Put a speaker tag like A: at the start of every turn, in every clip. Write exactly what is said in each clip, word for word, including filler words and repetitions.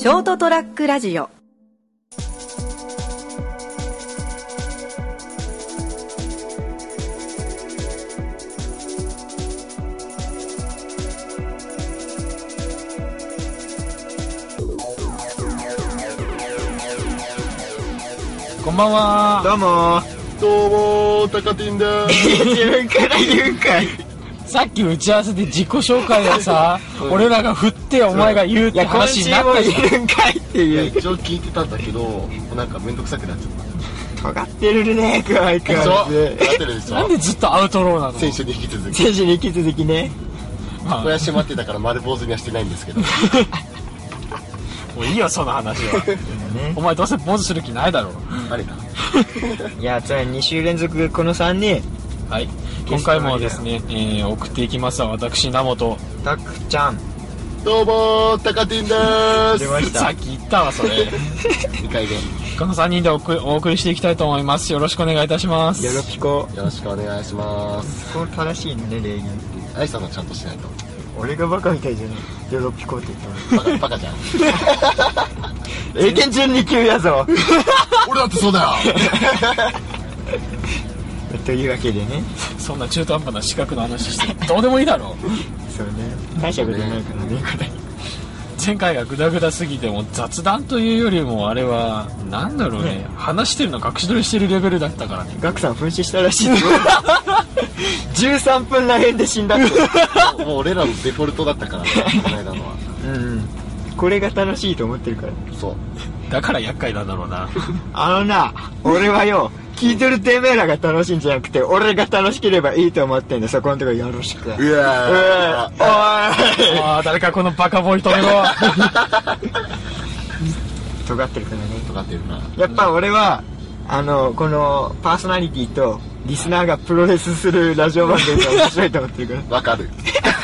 A: ショートトラックラジオ。
B: こんばんは。
C: どうも
D: どうもー、タカティンだー。
C: 自分から言うかい。
B: さっき打ち合わせで自己紹介をさ、俺らが振ってお前が言うって話になったじゃん。
C: いや、今週もいるんかいって
D: いや、
C: いう。
D: 一応聞いてたんだけど、なんかめんどくさくなっちゃっ
C: 尖ってるね、相変
D: た。
C: わらず。
D: でしょ？やってるでしょ？
B: なんでずっとアウトローなの？
D: 先週に引き続き。
C: 選手に引き続きね。
B: まあ
D: これは閉まってたから丸坊主にはしてないんですけど。
B: もういいよその話は。
C: ね、
B: お前どうせ坊主する気ないだろう。
D: あれか。
C: いや、つまりに週連続このさんにん。
B: はい。今回もですね、えー、送っていきますは私名本。
C: たくちゃん。
D: どうもー、タカティンだーす。
C: 出ました。
B: さっき言ったわそれ。
D: にかいめ。
B: このさんにんでお送お送りしていきたいと思います。よろしくお願いいたします。
C: よろぴこ。
D: よろしくお願いします。
C: これ正しいのね、礼儀。
D: 挨拶はちゃんとしないと。
C: 俺がバカみたいじゃない。よろぴこって言った
D: バカ、バカじゃん。
C: の。英検準に級やぞ。
D: 俺だってそうだよ。
C: というわけでね。
B: そんな中途半端な資格の話してどうでもいいだろう。
C: そうね。大したことないからね、これ。
B: 前回がグダグダすぎても雑談というよりもあれはなんだろうね、
C: ね
B: 話してるの隠し撮りしてるレベルだったからね。
C: ガクさん噴死したらしいぞ。じゅうさんぷんらへんで死んだって。
D: もう俺らのデフォルトだったからね、この間のは。
C: うんこれが楽しいと思ってるから。
D: そう。
B: だから厄介なんだろうな。
C: あのな、俺はよ、聞いてるてめえらが楽しいんじゃなくて、俺が楽しければいいと思ってんだ。そこのところよろしく。
D: うわ
C: おい
B: ああ誰かこのバカボーイ止めろ。
C: 尖ってるからね。
D: 尖ってるな。
C: やっぱ俺はあのこのパーソナリティとリスナーがプロレスするラジオ番組が面白いと思ってるから
D: わかる。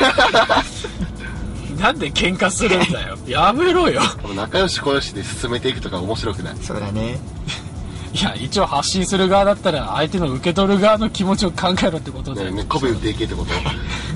B: なんで喧嘩するんだよ。やめろよ。
D: 仲良し小良しで進めていくとか面白くない？
C: そうだね。
B: いや一応発信する側だったら相手の受け取る側の気持ちを考えろってことだよ
D: ね、媚び売っていけってこと？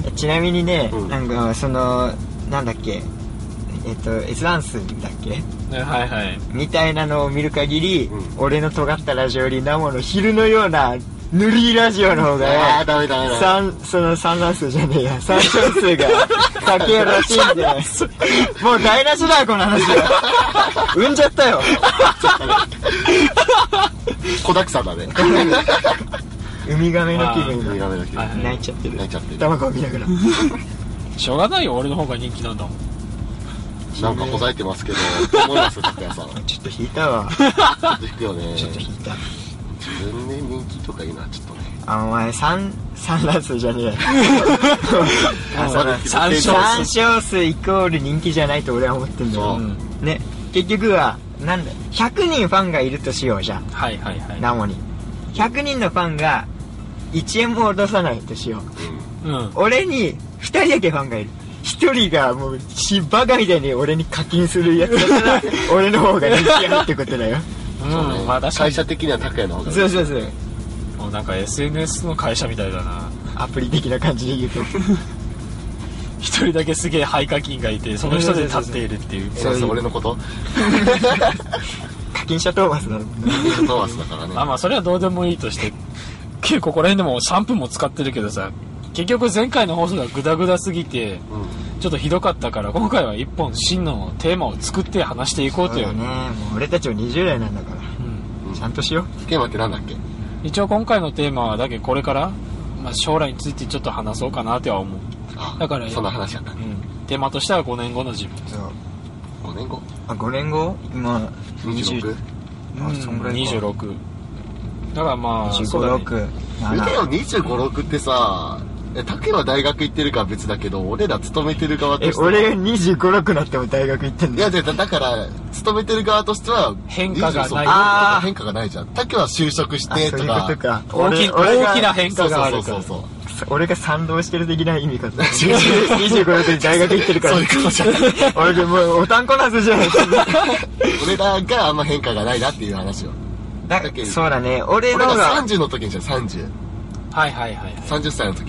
C: ちなみにね、
D: うん
C: なんかそのなんだっけえっと閲覧数だっけ
B: ね、はいはい
C: みたいなのを見る限り、
D: うん
C: 俺の尖ったラジオよりナモの昼のような塗りラジオの方が
D: あーダメダメダメ。
C: 三その産卵数じゃねえや参照数が高いらしいんでもう台無しだよこの話は。産んじゃったよ。
D: 子だくさんだね。
C: ウミガメの気分
D: ウミガメの気分
B: はいはい
C: 泣いちゃってる
D: 泣いちゃってる。
C: 卵を見ながら。
B: しょうがないよ俺の方が人気なんだもん。
D: なんかほざいてますけど、どう思います拓也さん？
C: ちょっと引いたわ。
D: ちょっと引くよね。
C: ちょっと引いた。
D: 自分で人気とかいいな、ちょっとね。
C: あお前三産卵数じゃねえよ。あそうだ
B: 参照数
C: 参照数イコール人気じゃないと俺は思ってんだよ。
D: そう
C: ね結局はなんだひゃくにんファンがいるとしようじゃん。
B: はいはいはい。
C: ナモにひゃくにんのファンがいちえんも落とさないとしよう。
B: うん。
C: 俺にふたりだけファンがいる。ひとりがもうしバカみたいに俺に課金するやつだったら俺の方が人気あるってことだよ。
B: うん、
D: そうね
B: まあ確か
D: 会
B: に
D: 社的には拓也の方がいい。
C: そうそうそう
B: もうなんか エスエヌエス の会社みたいだな。
C: アプリ的な感じで言うと
B: 一人だけすげえ廃課金がいてその人で立っているっていう。
D: そうそう、俺のこと
C: 課金者トーマスなの。
D: トーマスだからね。
B: あまあそれはどうでもいいとして結構ここら辺でもさんぷんも使ってるけどさ、結局前回の放送がグダグダすぎて
D: うん。
B: ちょっとひどかったから今回は一本真のテーマを作って話していこうという。
C: そうだねもう俺たちもにじゅう代なんだから
B: うん、
C: ちゃんとしよう。
D: テーマってなんだっけ？
B: 一応今回のテーマはだけこれから、まあ、将来についてちょっと話そうかなとは思う。
D: あ
B: だから
D: そんな話やったね。
B: うん、テーマとしてはごねんごの自分。
C: そう
D: ごねんご？
C: あごねんご今
D: にじゅうろく？
C: あそんぐらいか
B: にじゅうろくだからまあ
C: にじゅうご、
B: そうだね
C: ろく、
D: 見てよ、
C: なな
D: にじゅうご、ろくってさ、え拓也は大学行ってるから別だけど、俺ら勤めてる側としては。
C: え俺がにじゅうご、ろくなっても大学行ってんだよ。
D: いや、だだから、勤めてる側としては、
B: 変化がない
D: にじゅうそう
C: あー
D: 変化がないじゃん。拓也は就職し
C: あ
D: てと
C: そういうこと
D: か。
C: か。
B: 大き
C: 俺が
B: 大きな変化があるから。
D: そうそうそうそう。
C: 俺が賛同してる的な意味かと。にじゅうご、ろくで大学行ってるから。
D: そういうことじゃない。
C: 俺でもうおたんこなすじゃない。
D: 俺らがあんま変化がないなっていう話を。
C: だそうだね。俺
D: 俺が
C: のが
D: さんじゅうの時にじゃん、さんじゅう。
B: はいはいはいはい。
D: さんじゅっさいの時。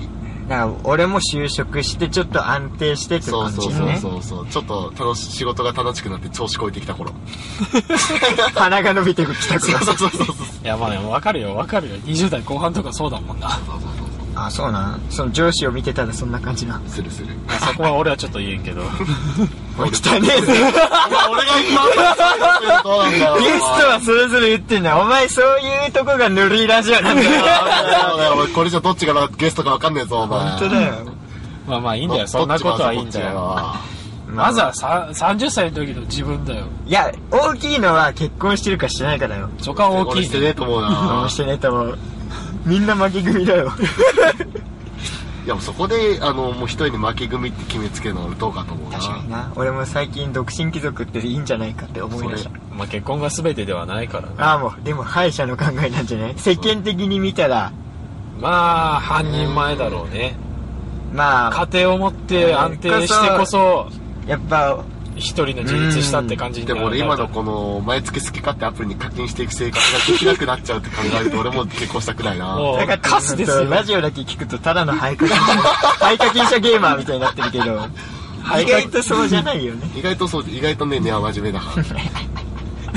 C: だから俺も就職してちょっと安定してって
D: そう
C: 感じ
D: そう
C: ね。
D: そうそうそう。ちょっと楽し、仕事が楽しくなって調子こいてきた頃。
C: 鼻が伸びてきたくらい。
D: そうそうそうそう。
B: いやまあね、わかるよわかるよ。にじゅう代後半とかそうだもんな。
D: そうそうそう
C: あ、そうなんその上司を見てたらそんな感じな。
D: するする。
B: そこは俺はちょっと言えんけど。
C: おい、汚ねえぜ。
D: 俺が今、そうなんだよ。
C: ゲストはそれぞれ言ってんだ。お前そういうとこがぬるいラジオなんだよ。
D: そうだよ、俺これじゃどっちがゲストかわかんねえぞ、お前。
C: 本当だよ。
B: まあまあいいんだよ。そんなことはいいんだよ。まずはささんじゅっさいの時の自分だよ。
C: いや、大きいのは結婚してるかしてないかだよ。
B: そこは大きい
D: してねえと思う
C: ど
D: な
C: う。してねえと思う。みんな負け組だよ。
D: いや、そこで、あの、もう一人に負け組って決めつけるのは俺どうかと思うな。
C: 確かにな。俺も最近独身貴族っていいんじゃないかって思い出した。
B: まあ結婚が全てではないからね。
C: ああ、もう、でも敗者の考えなんじゃない世間的に見たら、
B: まあ半人前だろうね。
C: まあ、
B: 家庭を持って安定してこそ
C: やっぱ、
B: 一人の自立したって感じになる。
D: でも俺今のこの毎月好き勝手アプリに課金していく生活ができなくなっちゃうって考えると俺も結婚したくないな。
B: もう
C: だから
B: カスですよ。
C: ラジオだけ聞くとただの廃課金者、廃課金者ゲーマーみたいになってるけど、意外とそうじゃないよね。
D: 意外とそう、意外とね、根は真面目だから。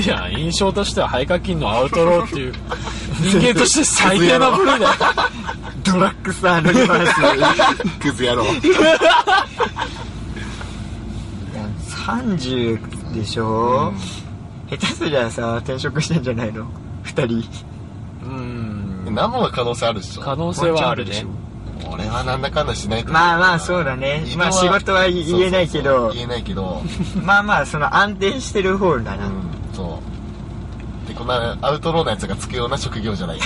B: いや、印象としては廃課金のアウトローっていう人間として最低な部類だよ。
C: ドラッグスター乗り回す。
D: クズ野郎。
C: さんじゅうでしょ、うん、下手すりゃさ、転職してんじゃないのふたり。
B: うーん。
D: 何もが可能性あるでしょ。
B: 可能性はあるね。
D: 俺はなんだかんだしないと。
C: まあまあそうだね。まあ仕事は言えないけど。
D: そうそうそう言えないけど。
C: まあまあその安定してる方だな。
D: うん、そう。で、こんなアウトローなやつがつくような職業じゃない。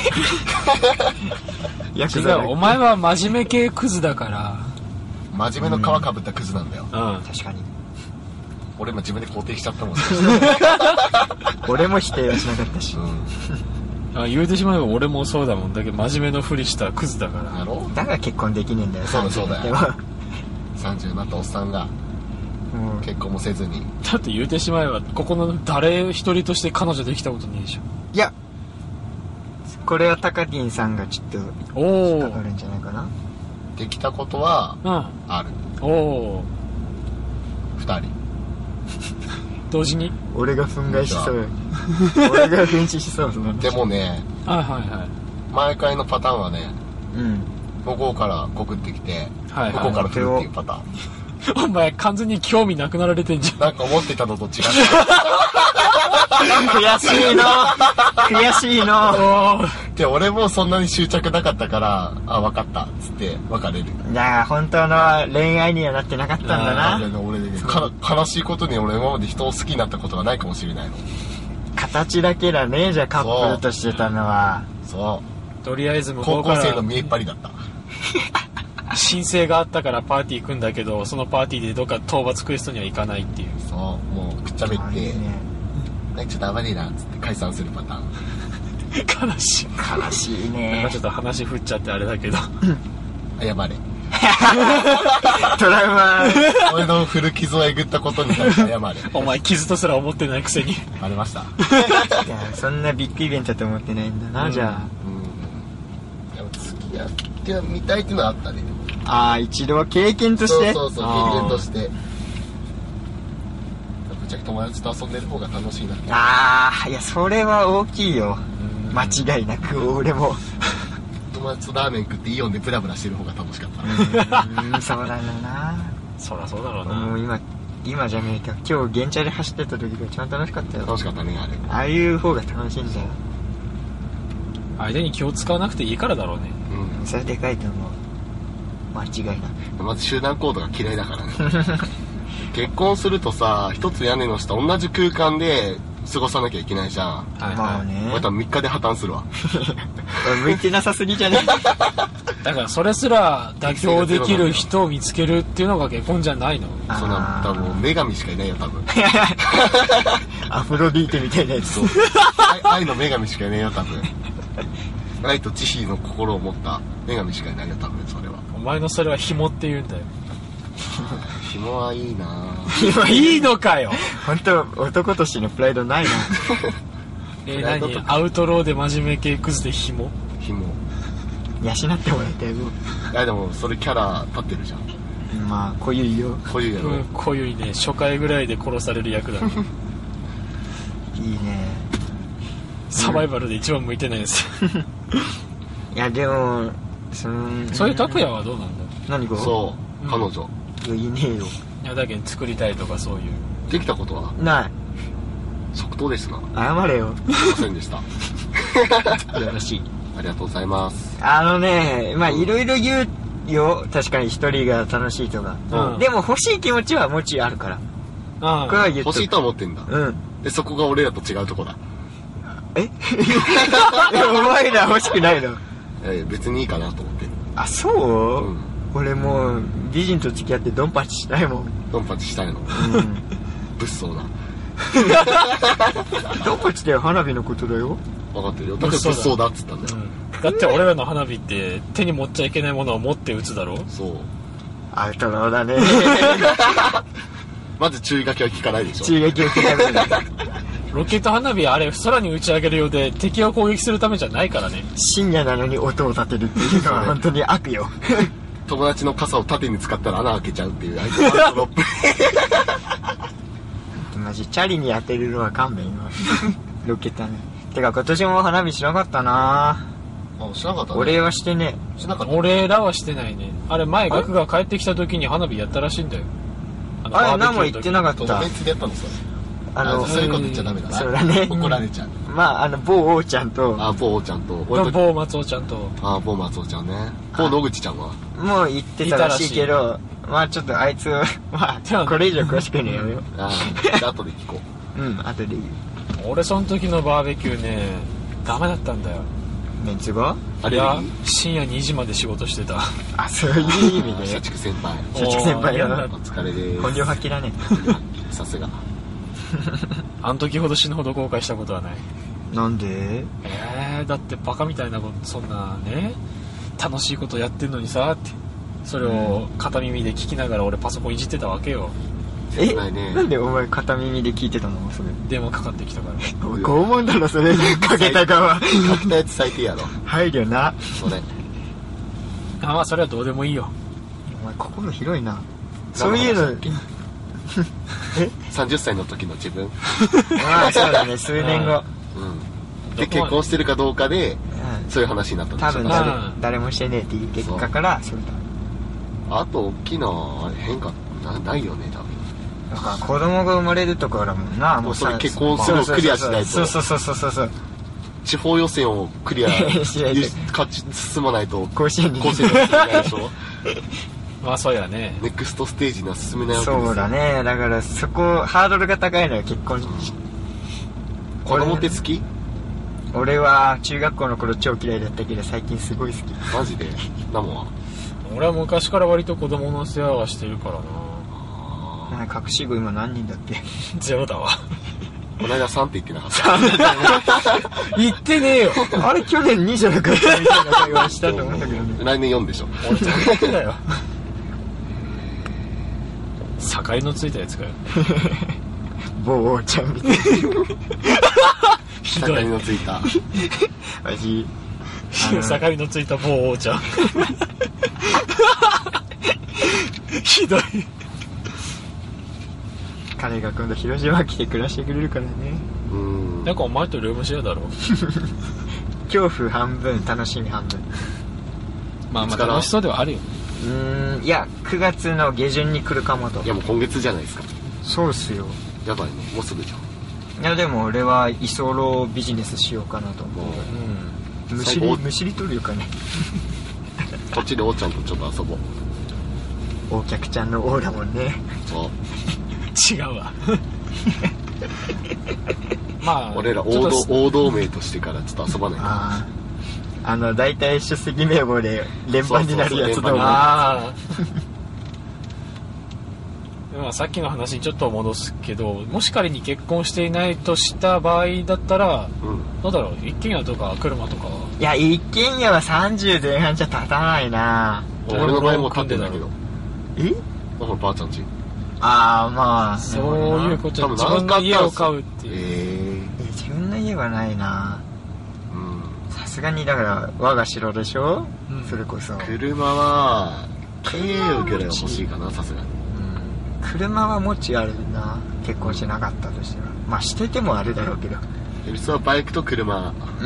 B: 違う、お前は真面目系クズだから。
D: 真面目の皮かぶったクズなんだよ。
B: うん。
C: 確かに。
D: 俺今自分で肯定しちゃったもん。
C: 俺も否定はしなかったし。
B: うん、あ、言うてしまえば俺もそうだもん。だけど真面目のふりしたクズだから。
D: だろ？
C: だから結婚できねえんだよ。
D: そうだそうだよ。さんじゅうになったおっさんが結婚もせずに。
B: だって言うてしまえばここの誰一人として彼女できたことねえでしょ。
C: いや、これはタカティンさんがちょっと引っかかるんじゃないかな。
D: できたことはある。
B: うん、おお。
D: ふたり。
B: 同時に
C: 俺が憤慨しそう俺が噴死しそう
D: でもね、
B: はいはいはい、
D: 毎回のパターンはね、
C: うん、
D: 向こうから告ってきて、はいはい、向こうから振るっていうパター
B: ン。お前完全に興味なくなられてんじゃん。
D: なんか思ってたのと違った。
C: 悔しいの悔しいの
D: で、俺もそんなに執着なかったから、あ、分かったっつって別れる。
C: いや、本当の恋愛にはなってなかったんだな。
D: 俺ね、か悲しいことに俺今まで人を好きになったことがないかもしれないの。
C: 形だけだね、じゃあカップルとしてたのは。
D: そう。
B: とりあえず向こうから
D: 高校生の見えっ張りだった。
B: 申請があったからパーティー行くんだけど、そのパーティーでどっか討伐クエストには行かないっていう。
D: そう、もうくっちゃべって、ね、はい、ちょっと暴れなっつって解散するパターン。
B: 悲しい。
C: 悲しいね。
B: なんかちょっと話振っちゃってあれだけど。
D: 謝れ。
C: トラウマ。
D: 俺の古傷をえぐったことに対して謝れ。
B: お前傷とすら思ってないくせに。
D: バレました。
C: いや、そんなビッグイベントだと思ってないんだな、うん、じゃあ。
D: うん。でも付き合ってみたいっていうのはあったね。
C: ああ、一度は経験として。
D: そうそうそう、経験として。ぶっちゃけ友達と遊んでる方が楽しいなって。
C: ああ、いや、それは大きいよ。間違いなく、俺も。
D: 友達とラーメン食ってイオンでブラブラしてる方が楽しかった。
C: うん、そうだな。
B: そりゃそうだろうな。
C: もう今、今じゃねえか。今日、現茶で走ってた時が一番楽しかったよ。
D: 楽しかったね、あれ。
C: ああいう方が楽しいんだよ。
B: 相手に気を使わなくていいからだろうね。
C: うん。それでかいと思う。間違いなく。
D: まず集団行動が嫌いだからね。結婚するとさ、一つ屋根の下同じ空間で過ごさなきゃいけないじゃん。
C: はいはい、まあね。
D: 俺多分みっかで破綻するわ。
C: 向いてなさすぎじゃね
B: だからそれすら妥協できる人を見つけるっていうのが結婚じゃないの。
D: そんな多分女神しかいないよ多分。
C: アフロディーテみたいなやつ。
D: 愛の女神しかいないよ多分。愛と慈悲の心を持った女神しかいないよ多分それは。
B: お前のそれは紐って言うんだよ。
D: 紐はいいな
B: ぁ。いいのかよ。
C: 本当男としてのプライドないな。
B: えー、何アウトローで真面目系クズで紐？
D: 紐。
C: 養ってもらいたいよ。
D: いやでもそれキャラ立ってるじゃん。
C: まあ濃ゆいよ。
D: こういうやろ、
B: うん、こういうね初回ぐらいで殺される役だね
C: いいね。
B: サバイバルで一番向いてないです
C: いやでもその
B: そういう拓也はどうなんだ。
C: 何が
D: そう、
B: うん
D: 彼女
C: いやいねえよ。
B: いやだけど作りたいとかそういう
D: できたことは
C: ない。
D: 即答ですな。
C: 謝れよ。
D: すいませんでした
C: よろしい。
D: ありがとうございます。
C: あのね、まあいろいろ言うよ。確かに一人が楽しいとか、
B: うん
C: でも欲しい気持ちはもちろんあるから、
B: あ
C: これは言っとく。
D: 欲しいとは思ってんだ。
C: うん。
D: でそこが俺らと違うとこだ。
C: えお前ら欲しくないの？
D: え別にいいかなと思って。
C: あ、そう、
D: うん。
C: 俺もう美人と付き合ってドンパチしたいもん。
D: ドンパチしたいの。
C: うん。
D: 物騒な。
C: ドンパチって花火のことだよ。
D: 分かってるよ。だから物騒だっつったんだよ。
B: うん、だって俺らの花火って手に持っちゃいけないものを持って撃つだろ。
D: そう。
C: アウトローだね。
D: まず注意書きは聞かないでしょ。
C: 中撃を聞かない。
B: ロケット花火あれ空に打ち上げるようで敵を攻撃するためじゃないからね。
C: 深夜なのに音を立てるっていうのは本当に悪よ。
D: 友達の傘を縦に使ったら穴開けちゃうっていうアイテムドロップ。
C: マジチャリに当てるのは勘弁よ。ロケットね。てか今年も花火しなかったな。
D: あ、しなかったね。
C: 俺はしてね。
D: しなかった。
B: 俺らはしてないね。あれ前ガクが帰ってきた時に花火やったらしいんだよ。の
C: あれ
B: バーベキューの時
C: 何も言ってなかった。
D: 友達でやったのそれ。
C: あの
D: あそういうこと言っちゃダメだな。
C: そうだね。
D: 怒られちゃう。
C: まああの某王ちゃんと
D: あ、某ちゃんと。
B: の某松尾ちゃんと。
D: あ、某松尾ちゃんね。某野口ちゃんは。
C: もう言ってたらしいけど、まあちょっとあいつはまあこれ以上詳しくねえよ。
D: ああ、後で聞こ
C: うん、後でいい。
B: 俺その時のバーベキューねダメだったんだよ。
C: メンツが
D: う。あれ
B: いや深夜にじまで仕事してた。
C: あ、そういう意味
D: 社
C: で
D: 畜先輩。
C: 社畜先輩だな
B: おー嫌だ
D: お疲れです。
C: 本領発揮だね。
D: さすが。
B: あの時ほど死ぬほど後悔したことはない。
C: なんで？
B: えー、だってバカみたいなことそんなね楽しいことやってんのにさってそれを片耳で聞きながら俺パソコンいじってたわけよ。
C: え
D: 切ないね。
C: なんでお前片耳で聞いてたのそれ？
B: 電話かかってきたから
C: 拷問だろそれ。かけた側。
D: 書きたやつ最低やろ。
C: 配慮な。
D: それ。
B: あまあそれはどうでもいいよ。
C: お前心広いな。そういうの。
D: さんじゅっさいの時の自分。
C: まあそうだね、数年後。
D: うん。で、結婚してるかどうかで、
C: うん
D: そういう話になったんでしょ
C: 多分誰
B: うん
C: 誰もしてねえっていう結果からそれだ。
D: あと、大きな、あれ変化な、ないよね、多分。
C: だから子供が生まれるところだもんな。
D: もうそれ
C: さ
D: 結婚するのクリアしないと
C: そうそうそうそうそうそう。
D: 地方予選をクリア
C: しないと
D: 勝ち進まないと
C: 甲子園に。
D: 甲子園には進めないでしょ。
B: まあそうやね。
D: ネクストステージには進めないわけですよ。
C: そうだね。だからそこハードルが高いのよ結婚。
D: 子供って好き？
C: 俺は中学校の頃超嫌いだったけど最近すごい好き。
D: マジで？ナモは？
B: 俺は昔から割と子供の世話はしてるからな。
C: なんか隠し子今何人だっけ？
B: ゼロだわ。
D: この間さんって言ってなかった。
B: 言ってねえよ。
C: あれ去年にじゃなかったみたいな会話したと思うんだけどね。
D: 来年よんでしょ。
B: 俺ちゃんと言ってだよ。境のついたやつかよ。
C: 某王ちゃんみたいな。
B: ひどい。
D: 境のついた。
C: マジ。あの
B: 境のついた某王ちゃん。ひどい。
C: 彼が今度広島来て暮らしてくれるからね。
D: うーん。
B: なんかお前とルームシェアだろ。
C: 恐怖半分楽しみ半分。
B: まあま
D: いつから
B: あ楽しそうではあるよ。
C: うーん、いやくがつの下旬に来るかもと
D: い。やもう今月じゃないですか。
C: そうっすよ。
D: やばいね。もうすぐじゃん。
C: いやでも俺は居候ビジネスしようかなと思う。
B: うん。
C: むしりむしり取るかね。
D: こっちでおーちゃんとちょっと遊ぼう。
C: お客ちゃんの王だもんね。
D: そう。
B: 違うわ。まあ
D: 俺ら王
B: ちょっ
D: 道
B: と
D: 王道名としてからちょっと遊ばないか
C: ああ。あの大体出席名簿で連番になるやつ
D: そうそうそう連番になる
C: の。
B: ああ。まあさっきの話にちょっと戻すけど、もし仮に結婚していないとした場合だったら、
D: な。うん。
B: どうだろう、一軒家とか車とか。
C: いや一軒家はさんじゅう前半じゃ立たないな。
D: 俺の場合も立ってんだけど。
C: え？
D: あ、ばあちゃんち。
C: ああまあ
B: そういうこと
D: 多分
B: 自分の家を買うっていう。
D: え
C: え自分の家はないな。
D: えー。うん。
C: さすがにだから我が城でしょ、うん、それこそ
D: 車は軽ぐらいは欲しいかな、さすがに、
C: うん、車は持ちあるな、結婚しなかったとしては。まあしててもあれだろうけど、
D: 理想はバイクと車。
C: うん、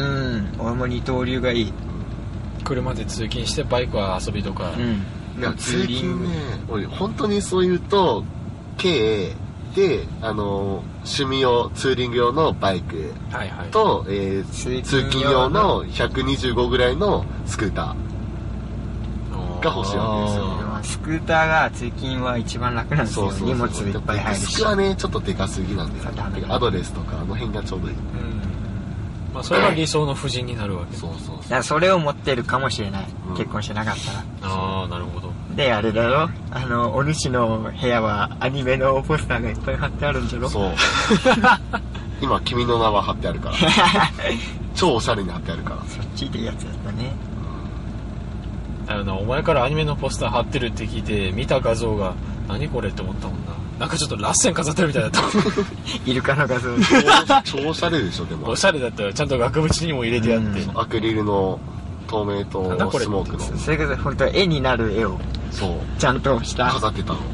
C: 俺も二刀流がいい。
B: 車で通勤してバイクは遊びとか、うん、
D: いや通勤ね、俺本当にそう言うと軽で、あの趣味用ツーリング用のバイクと、はいはい、えー、通勤用のひゃくにじゅうごぐらいのスクーターが欲しいわけですよ。
C: スクーターが通勤は一番楽なんですよ。そうそうそう、荷物いっぱい入るし。
D: スクはねちょっとでかすぎなんで、アドレスとかあの辺がちょうどいい、うん、
B: まあ、それが理想の夫人になるわけ。
D: そうそうそう、
C: だからそれを持ってるかもしれない、うん、結婚してなかったら。
B: ああ、なるほど。
C: であれだろ、あのお主の部屋はアニメのポスターがいっぱい貼ってあるんじゃろ。
D: そう今君の名は貼ってあるから超おしゃれに貼ってあるから。
C: そっちでやつやったね。
B: あのお前からアニメのポスター貼ってるって聞いて見た画像が何これって思ったもんな。なんかちょっとラッセン飾ってるみたいだった
C: イルカの画像
D: 超おしゃれでしょ。でも
B: おしゃれだったよ。ちゃんと額縁にも入れてやって、うん、
D: アクリルの透明とスモークの、
C: それこそ本当は絵になる絵をそうちゃんとした
D: 飾ってたの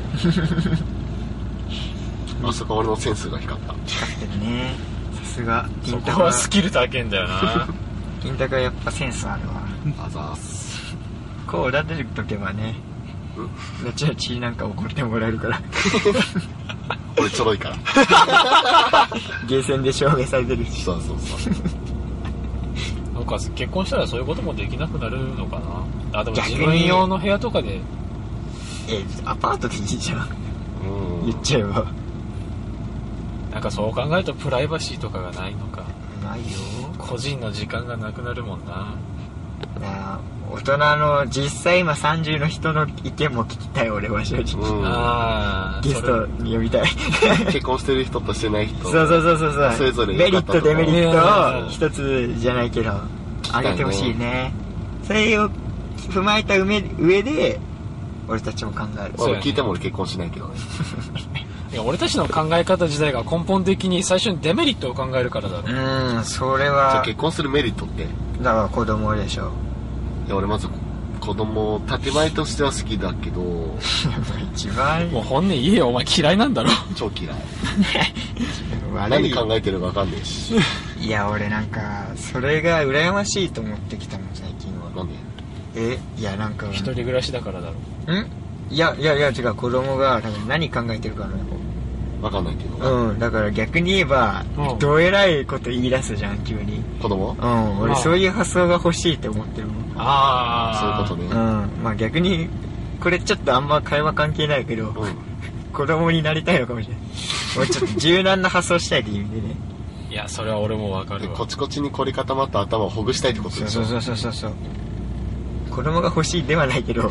D: あそこ俺のセンスが光った。
C: 光ってるね、さすが。
B: そこはスキル高えんだよな
C: 金太がやっぱセンスあるわ。
D: あざーす。
C: こう立てるとけばね、後々なんか怒ってもらえるから
D: 俺ちょろいから
C: ゲーセンで証明されてるし。
D: そうそうそう
B: なんか結婚したらそういうこともできなくなるのかな。あ、でも自分用の部屋とかで、
C: えアパートでいいじゃん、うん、言っちゃえば。
B: なんかそう考えるとプライバシーとかがないのか。
C: ないよ、
B: 個人の時間がなくなるもんな。
C: なあ、大人の実際今さんじゅうの人の意見も聞きたい俺は正直、うん、あゲストに呼びたい
D: 結婚してる人としてない人、
C: そうそうそうそうそう、
D: それぞれ
C: メリットデメリットを一つじゃないけどあげてほしいね。それを踏まえた上で俺たちも考える。
D: そう、ね、聞いても俺結婚しないけどね
B: いや俺たちの考え方自体が根本的に最初にデメリットを考えるからだろ。
C: うん、それは。
D: じゃあ結婚するメリットって？
C: だから子供でしょ。
D: いや俺まず子供建前としては好きだけど
C: 一番
B: もう本音言えよ、お前嫌いなんだろ。
D: 超嫌い何考えてるか分かんないし
C: いや俺なんかそれが羨ましいと思ってきたもん最近は。
D: なんで？
C: えいやなんか
B: 一人暮らしだからだろ。
C: んいやいやいや違う、子供が何考えてるかのよ。
D: 分かんないけど。
C: うん、だから逆に言えば、うん、どえらいこと言い出すじゃん急に。
D: 子供？
C: うん、俺そういう発想が欲しいって思ってるもん。
B: あ
D: あ、そういうこと
C: ね。うん、まあ逆にこれちょっとあんま会話関係ないけど、うん、子供になりたいのかもしれない。俺ちょっと柔軟な発想したいって意味でね。
B: いやそれは俺も分かるわ。
D: こちこちに凝り固まった頭をほぐしたいってことでしょ。
C: そうそうそうそうそう。子供が欲しいではないけど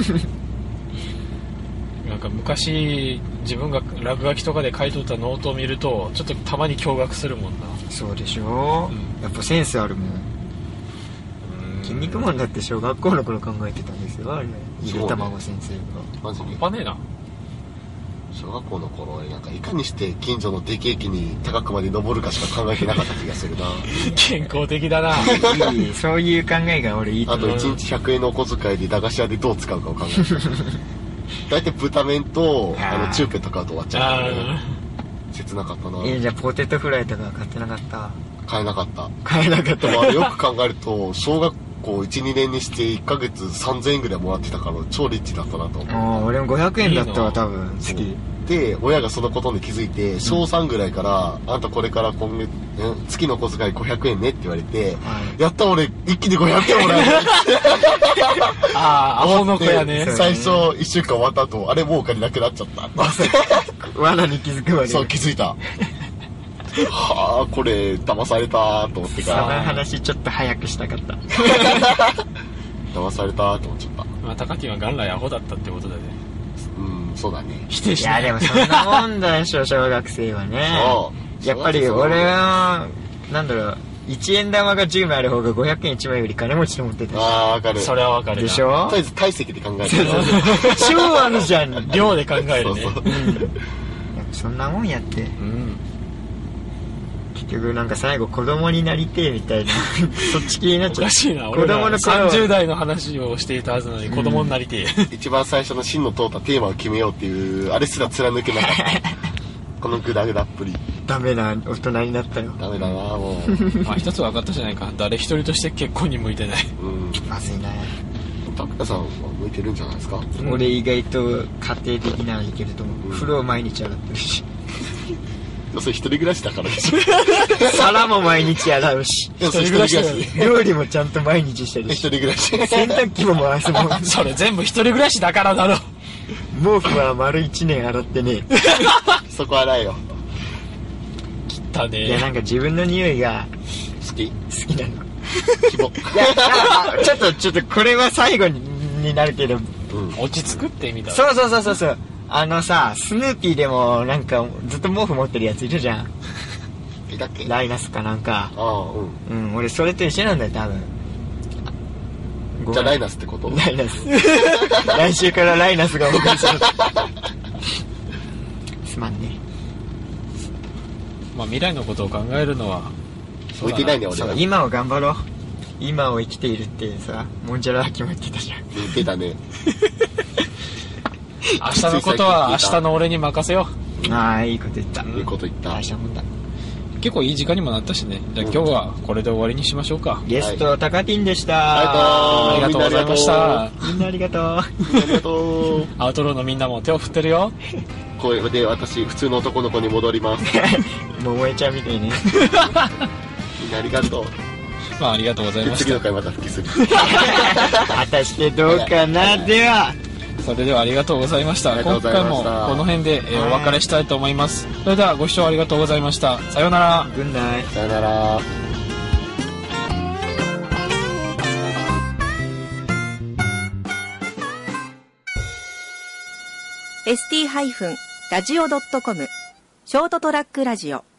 B: なんか昔自分が落書きとかで書いとったノートを見るとちょっとたまに驚愕するもんな。
C: そうでしょ、うん、やっぱセンスあるもん。筋肉マンだって小学校の頃考えてたんですよあれ。ゆで卵先生が
D: マジで
B: 半端ねえな。
D: 小学校の頃なんかいかにして近所の出来駅に高くまで登るかしか考えてなかった気がするな
B: 健康的だな。
C: いいそういう考えが俺いいと
D: 思う。あといちにちひゃくえんのお小遣いで駄菓子屋でどう使うかを考えてた大体豚麺とあのチューペット買うと終わっちゃうからね。切なかったな。
C: えー、じゃあポテトフライとか買ってなかった？
D: 買えなかった。
C: 買えなかった。
D: でもよく考えると小学校いち、にねんにしていっかげつさんぜんえんぐらいもらってたから超リッチだったなと思う。
C: ああ、俺もごひゃくえんだったわ多分月。
D: で親がそのことに気づいて小さんぐらいから、うん、あんたこれから今月月の小遣いごひゃくえんねって言われて、はい、やった俺一気にごひゃくえんもらえる
B: ああアホの子やね。
D: 最初いっしゅうかん終わった後あれもうお金なくなっちゃった
C: 罠に気づくまで。
D: そう気づいたはあこれ騙されたと思ってから。
C: その話ちょっと早くしたかった
D: 騙されたと思っちゃった。
B: まあ高木は元来アホだったってことだね。
D: うんそうだね。
C: 否定しない。いやでもそんなもんだでしょ小学生はね。そうやっぱり俺はなんだろういちえん玉がじゅうまいある方がごひゃくえんいちまいより金持ちと思ってたし。
D: ああ分かる。
B: それは分かる
C: でしょ。
D: とりあえず体積で考える
C: 超あるじゃん
B: 量で考えるね。
C: そうそう、うん、そんなもんやって、うん、結局なんか最後子供になりてえみたいなそっち系になっちゃう。
B: おかしいな。
C: 子供の頃
B: さんじゅう代の話をしていたはずなのに子供になりてえ、
D: うん、一番最初の芯の通ったテーマを決めようっていうあれすら貫けなかったこのグダグダっぷり。
C: ダメな大人になったよ。
D: ダメだなもう
B: まあ一つ分かったじゃないか。誰一人として結婚に向いてない。
C: うんまずいな。
D: 拓也さんは向いてるんじゃないですか。
C: うん、俺意外と家庭的なのいけると思う、うん、風呂毎日洗ってるし
D: それ一人暮らしだからでしょ
C: 皿も毎日洗うし
D: 一人暮らしだよね。
C: 料理もちゃんと毎日してるし
D: 一人暮らし
C: 洗濯機も回すもん
B: それ全部一人暮らしだからだろ。
C: 毛布は丸一年洗ってね
D: そこ洗えよ。
B: 汚ねえ。
C: いやなんか自分の匂いが
D: 好き
C: 好きなの
D: 希望。
C: いやちょっとちょっとこれは最後にになるけど、
B: うん、落ち着くって意味だろ。
C: そうそうそうそうそう。あのさスヌーピーでもなんかずっと毛布持ってるやついるじゃん。
D: いたっけ。
C: ライナスかなんか。
D: ああうん、
C: うん、俺それと一緒なんだよ多分。
D: じゃあライナスってこと。
C: ライナス来週からライナスがお送りするすまんね。
B: まあ未来のことを考えるのは
D: 向いてないね俺は。
C: 今を頑張ろう。今を生きているってさモンジャラは決まってたじゃん。
D: 言ってたね
B: 明日のことは明日の俺に任せよ
C: う。ああいいこと言った。
D: いいこと言った。
C: 大したもんだ。
B: 結構いい時間にもなったしね。じゃあ今日はこれで終わりにしましょうか。
C: ゲストタカティンでした。
B: ありがとうございました。
C: みんなありがとう。
D: みんなありがとう。
B: アウトローのみんなも手を振ってるよ。
D: これで私普通の男の子に戻ります
C: 桃江ちゃんみたいね
D: みんなありがとう。
B: まあありがとうございました。
D: 次の回また復帰する
C: 果たしてどうかな。では
B: それではありがとうございました。今回もこの辺で、えー、お別れしたいと思います。それではご視聴ありがとうございました。さようなら。
C: グッナイ。
D: さようなら。
A: エスティー ラジオ ドットコム ショートトラックラジオ